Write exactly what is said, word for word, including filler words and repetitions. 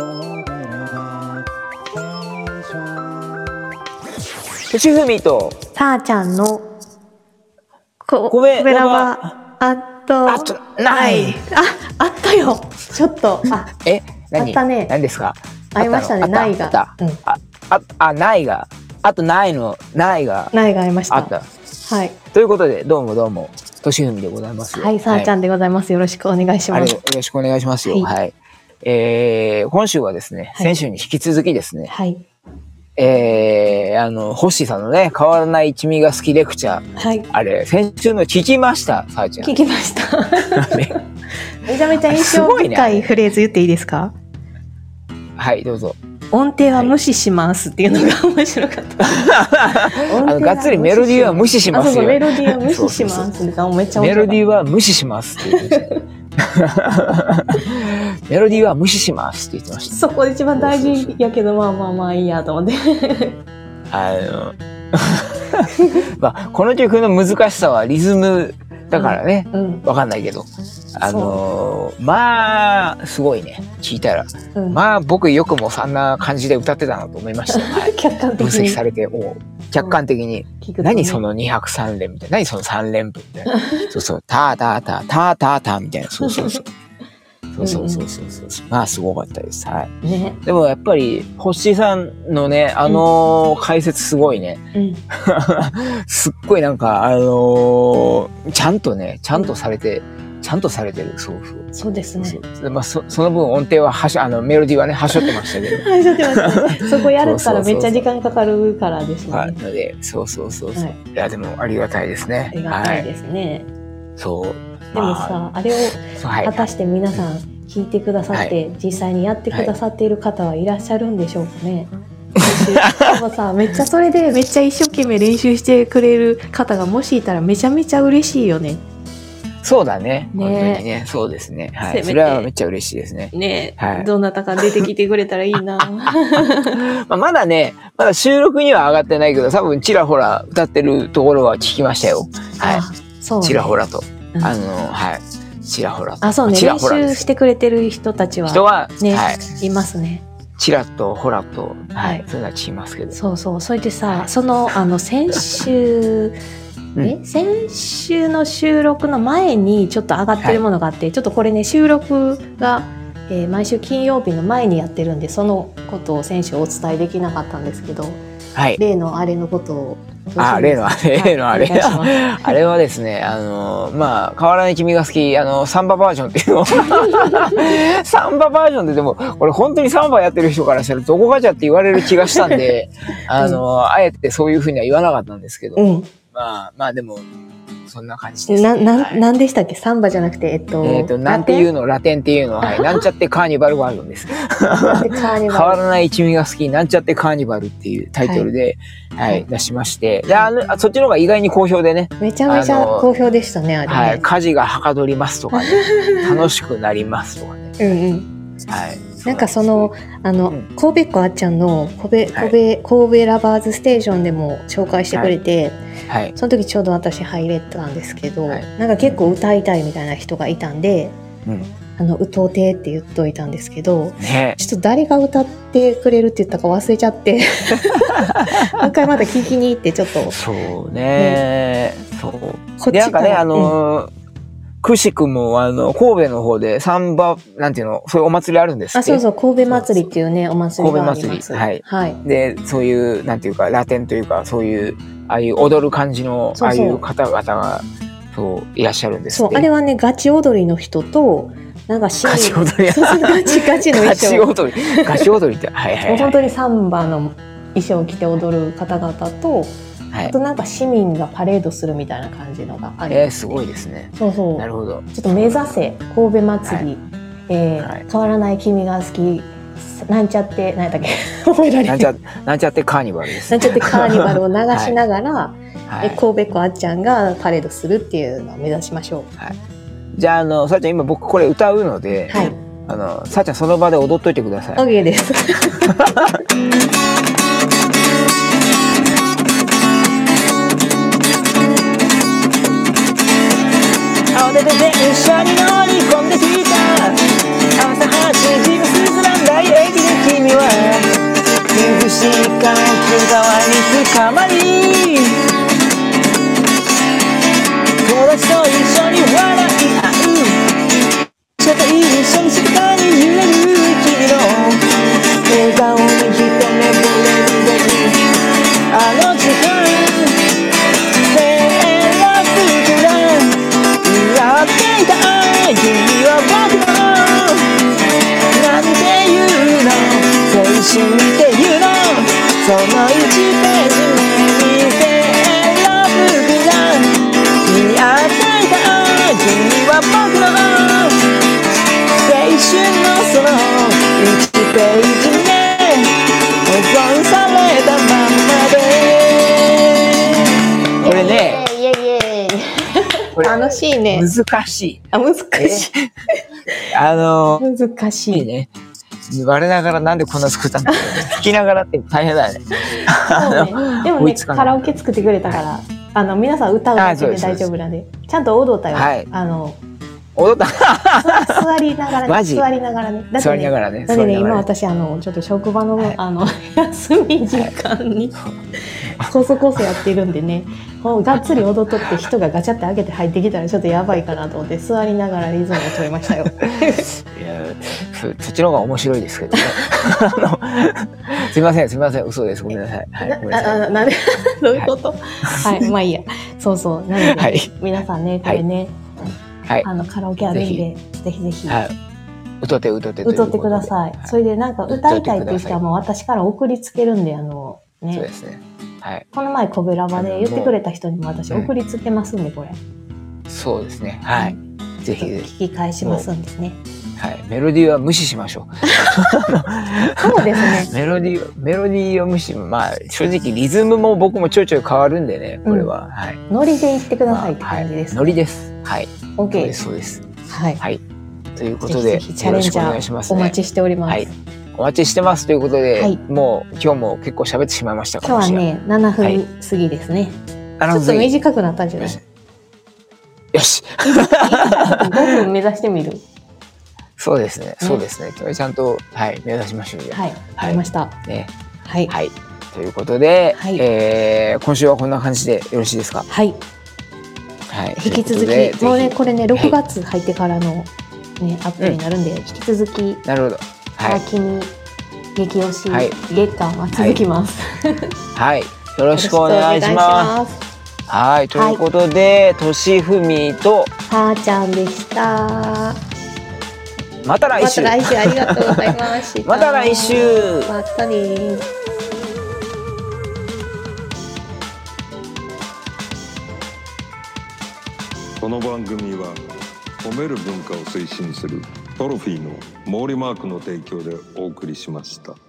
としふみとたーちゃんのこごめんベラはあとあとないあ、あったよちょっとあえ何あったね何ですかありましたねあったないがあったうんあああないがあとないのないがないがありましたあったはいということでどうもどうもとしふみでございますよ。 はいさーちゃんでございます、よろしくお願いします。 あれよろしくお願いしますよ。 はいはい。えー、今週はですね、 はい先週に引き続きですね、 はいえー、あの、ホッシーさんのね、変わらない一味が好きレクチャー、 はいあれ、先週の聞きました、さあちゃん。 聞きましたねめちゃめちゃ印象深いフレーズ言っていいですか？ はい、どうぞ。 音程は無視しますっていうのが面白かったあのがっつりメロディーは無視しますよ。 あそうそうメロディーは無視しますそうそうそうがめっちゃ面メロ白かったディーは無視しますって言ってました。メロディーは無視しますって言ってました。 そこ一番大事やけどまあまあまあいいやと思ってあのまあこの曲の難しさはリズムだからね、 うん、 わかんないけど、あのー、まあすごいね、聞いたら、うん、まあ僕よくもそんな感じで歌ってたなと思いました。はい、 客観的に分析されて、もう客観的に、うん、何そのに拍さん連みたいな、何そのさん連符みたいな、そうそう、ターターターターターターみたいな、そうそうそう。そうそうそうそうそう、うん、まあすごかったです。はい。ね、でもやっぱり星さんのねあのー、解説すごいね。うん、すっごいなんかあのー、ちゃんとねちゃんとされて、うん、ちゃんとされてる。そうそう。 そうですね。 そうまあそその分音程ははしあのメロディーはねはしょってましたけど。 はしょってましたね。そこやるからめっちゃ時間かかるからですね。 はい。のでそうそうそうそう。はい、いやでもありがたいですね。 ありがたいですね。 はい、そう。 でもさ、あれを果たして皆さん聞いてくださって、はい、実際にやってくださっている方はいらっしゃるんでしょうかね。はい、でもさ、めっちゃそれでめっちゃ一生懸命練習してくれる方がもしいたらめちゃめちゃ嬉しいよね。そうだね。ね、本当にね、そうですね。はい。それはめっちゃ嬉しいですね。ね、はい、どなたか出てきてくれたらいいな。まあまだね、まだ収録には上がってないけど、多分ちらほら歌ってるところは聞きましたよ。はい。そうね、ちらほらと。あの、はい。ちらほら。あ、そうね。練習してくれてる人たちは。人は、ね、はい。いますね。ちらとほらと、はい。そういうのは聞きますけど。そうそう。それでさ、その、あの、先週、ね、先週の収録の前にちょっと上がってるものがあって、ちょっとこれね、収録が、えー、毎週金曜日の前にやってるんで、そのことを先週お伝えできなかったんですけど、はい。例のあれのことを。あ、例のあれ、例のあれ。あれはですね、あの、まあ、変わらない君が好き、あの、サンババージョンっていうのを、サンババージョンででも、これ本当にサンバやってる人からしたらどこがじゃって言われる気がしたんで、あの、うん、あえてそういうふうには言わなかったんですけど、うん、まあ、まあでも、そんな感じです、ね。な、な、はい、なんでしたっけ？サンバじゃなくて、えっと。えっと、なんていうの、ラテンっていうのは、はい、なんちゃってカーニバルバージョンです。変わらない一味が好き、なんちゃってカーニバルっていうタイトルで、はい、はい、出しまして、で、あの、そっちの方が意外に好評でね。めちゃめちゃ好評でしたね、あれね。はい、家事がはかどりますとかね、楽しくなりますとかね。うんうん。はい。なんかその、あの、うん、神戸っ子あっちゃんの神戸、神戸、はい、神戸ラバーズステーションでも紹介してくれて、はいはい、その時ちょうど私入れたんですけど、はい、なんか結構歌いたいみたいな人がいたんで、うん、あの歌うてって言っといたんですけど、ね、ちょっと誰が歌ってくれるって言ったか忘れちゃってもう一回また聞きに行ってちょっとそうね、ね、そうこっちでなんかねあのーうんくしくも、あの、神戸の方でサンバ、なんていうの、そういうお祭りあるんですって。あ、そうそう、神戸祭りっていうね、お祭りがあります。神戸祭り。はい。はい。で、そういう、なんていうか、ラテンというか、そういう、ああいう踊る感じの、そうそうああいう方々が、そう、いらっしゃるんですって。そう、あれはね、ガチ踊りの人と、なんかシーン。ガチ踊りそうそう、ガチガチの衣装。ガチ踊り。ガチ踊りって、はいはい、はい。本当にサンバの衣装を着て踊る方々と、はい、あとなんか市民がパレードするみたいな感じのがあります、ね。えー、すごいですね。そうそう。なるほど。ちょっと目指せ神戸祭り、はいえーはい、変わらない君が好きなんちゃって何だっけ覚えられる。なんちゃなんちゃってカーニバルです。なんちゃってカーニバルを流しながら、はい、え神戸っ子あっちゃんがパレードするっていうのを目指しましょう。はい、じゃああのさあちゃん今僕これ歌うので、はい、あのさあちゃんその場で踊っといてください。オッケーです。お手手電車に乗り込んできた朝はちじのスーツラン大駅で難しいね。 難しい。 あ、難しい。 あの難しい。 いいね。我ながらなんでこんな作ったんだろうね。聞きながらって大変だよね。 そうね。でもね、カラオケ作ってくれたから、あの皆さん歌うだけで大丈夫なんで、ちゃんと踊ったよ。 はい。 あの踊った。 座りながらね。座りながらね。 座りながらね。 だってね、今私あのちょっと職場のあの休み時間にこそこそやってるんでね。がっつり踊っとって人がガチャって開けて入ってきたらちょっとやばいかなと思って座りながらリズムを取りましたよ。いや、 そっちの方が面白いですけどね。すみませんすみません、嘘です、ごめんなさい。はい、ごめんなさい。 な、な、どういうこと？はい、まあいいや。そうそう、なので、はい、皆さんね、これね、はい、あのカラオケあるんで、ぜひぜひ。はい、歌って歌って歌ってください。それでなんか歌いたいっていう人はもう私から送りつけるんで、あのね。 そうですね。はい、 この前コベラバで言ってくれた人にも私送りつけますんで、これ。 そうですね。はい。ぜひ聞き返しますんですね。 はい、メロディーは無視しましょう。 そうですね。 メロディーメロディーを無視、まあ正直リズムも僕もちょいちょい変わるんでね、これは、うん、はい。 ノリで言ってくださいって感じです、ね。 ノリです。はい。 オッケー。 そうです。 はい。 はい。ということで、ぜひぜひチャレンジャーお待ちしております。 はい。お待ちしてますということで、はい、もう今日も結構喋ってしまいましたかもしれない。 今日はね、ななふん過ぎですね。はい、ちょっと短くなったんじゃない？ よし。 ごふん目指してみる。 そうですね。そうですね。ちゃんとはい目指しましょう。 はい。わかりました。 ね。 はい。 はい。ということで、え今週はこんな感じでよろしいですか？ はい。はい。引き続きもうねこれねろくがつ入ってからのねアップになるんで引き続き。 なるほど。 はい。君激推し月間は続きます。 はい。よろしくお願いします。はい。ということで、としふみとさあちゃんでした。 また来週。 また来週ありがとうございました。 また来週。 またね。 この番組は褒める文化を推進するトロフィーの毛利マークの提供でお送りしました。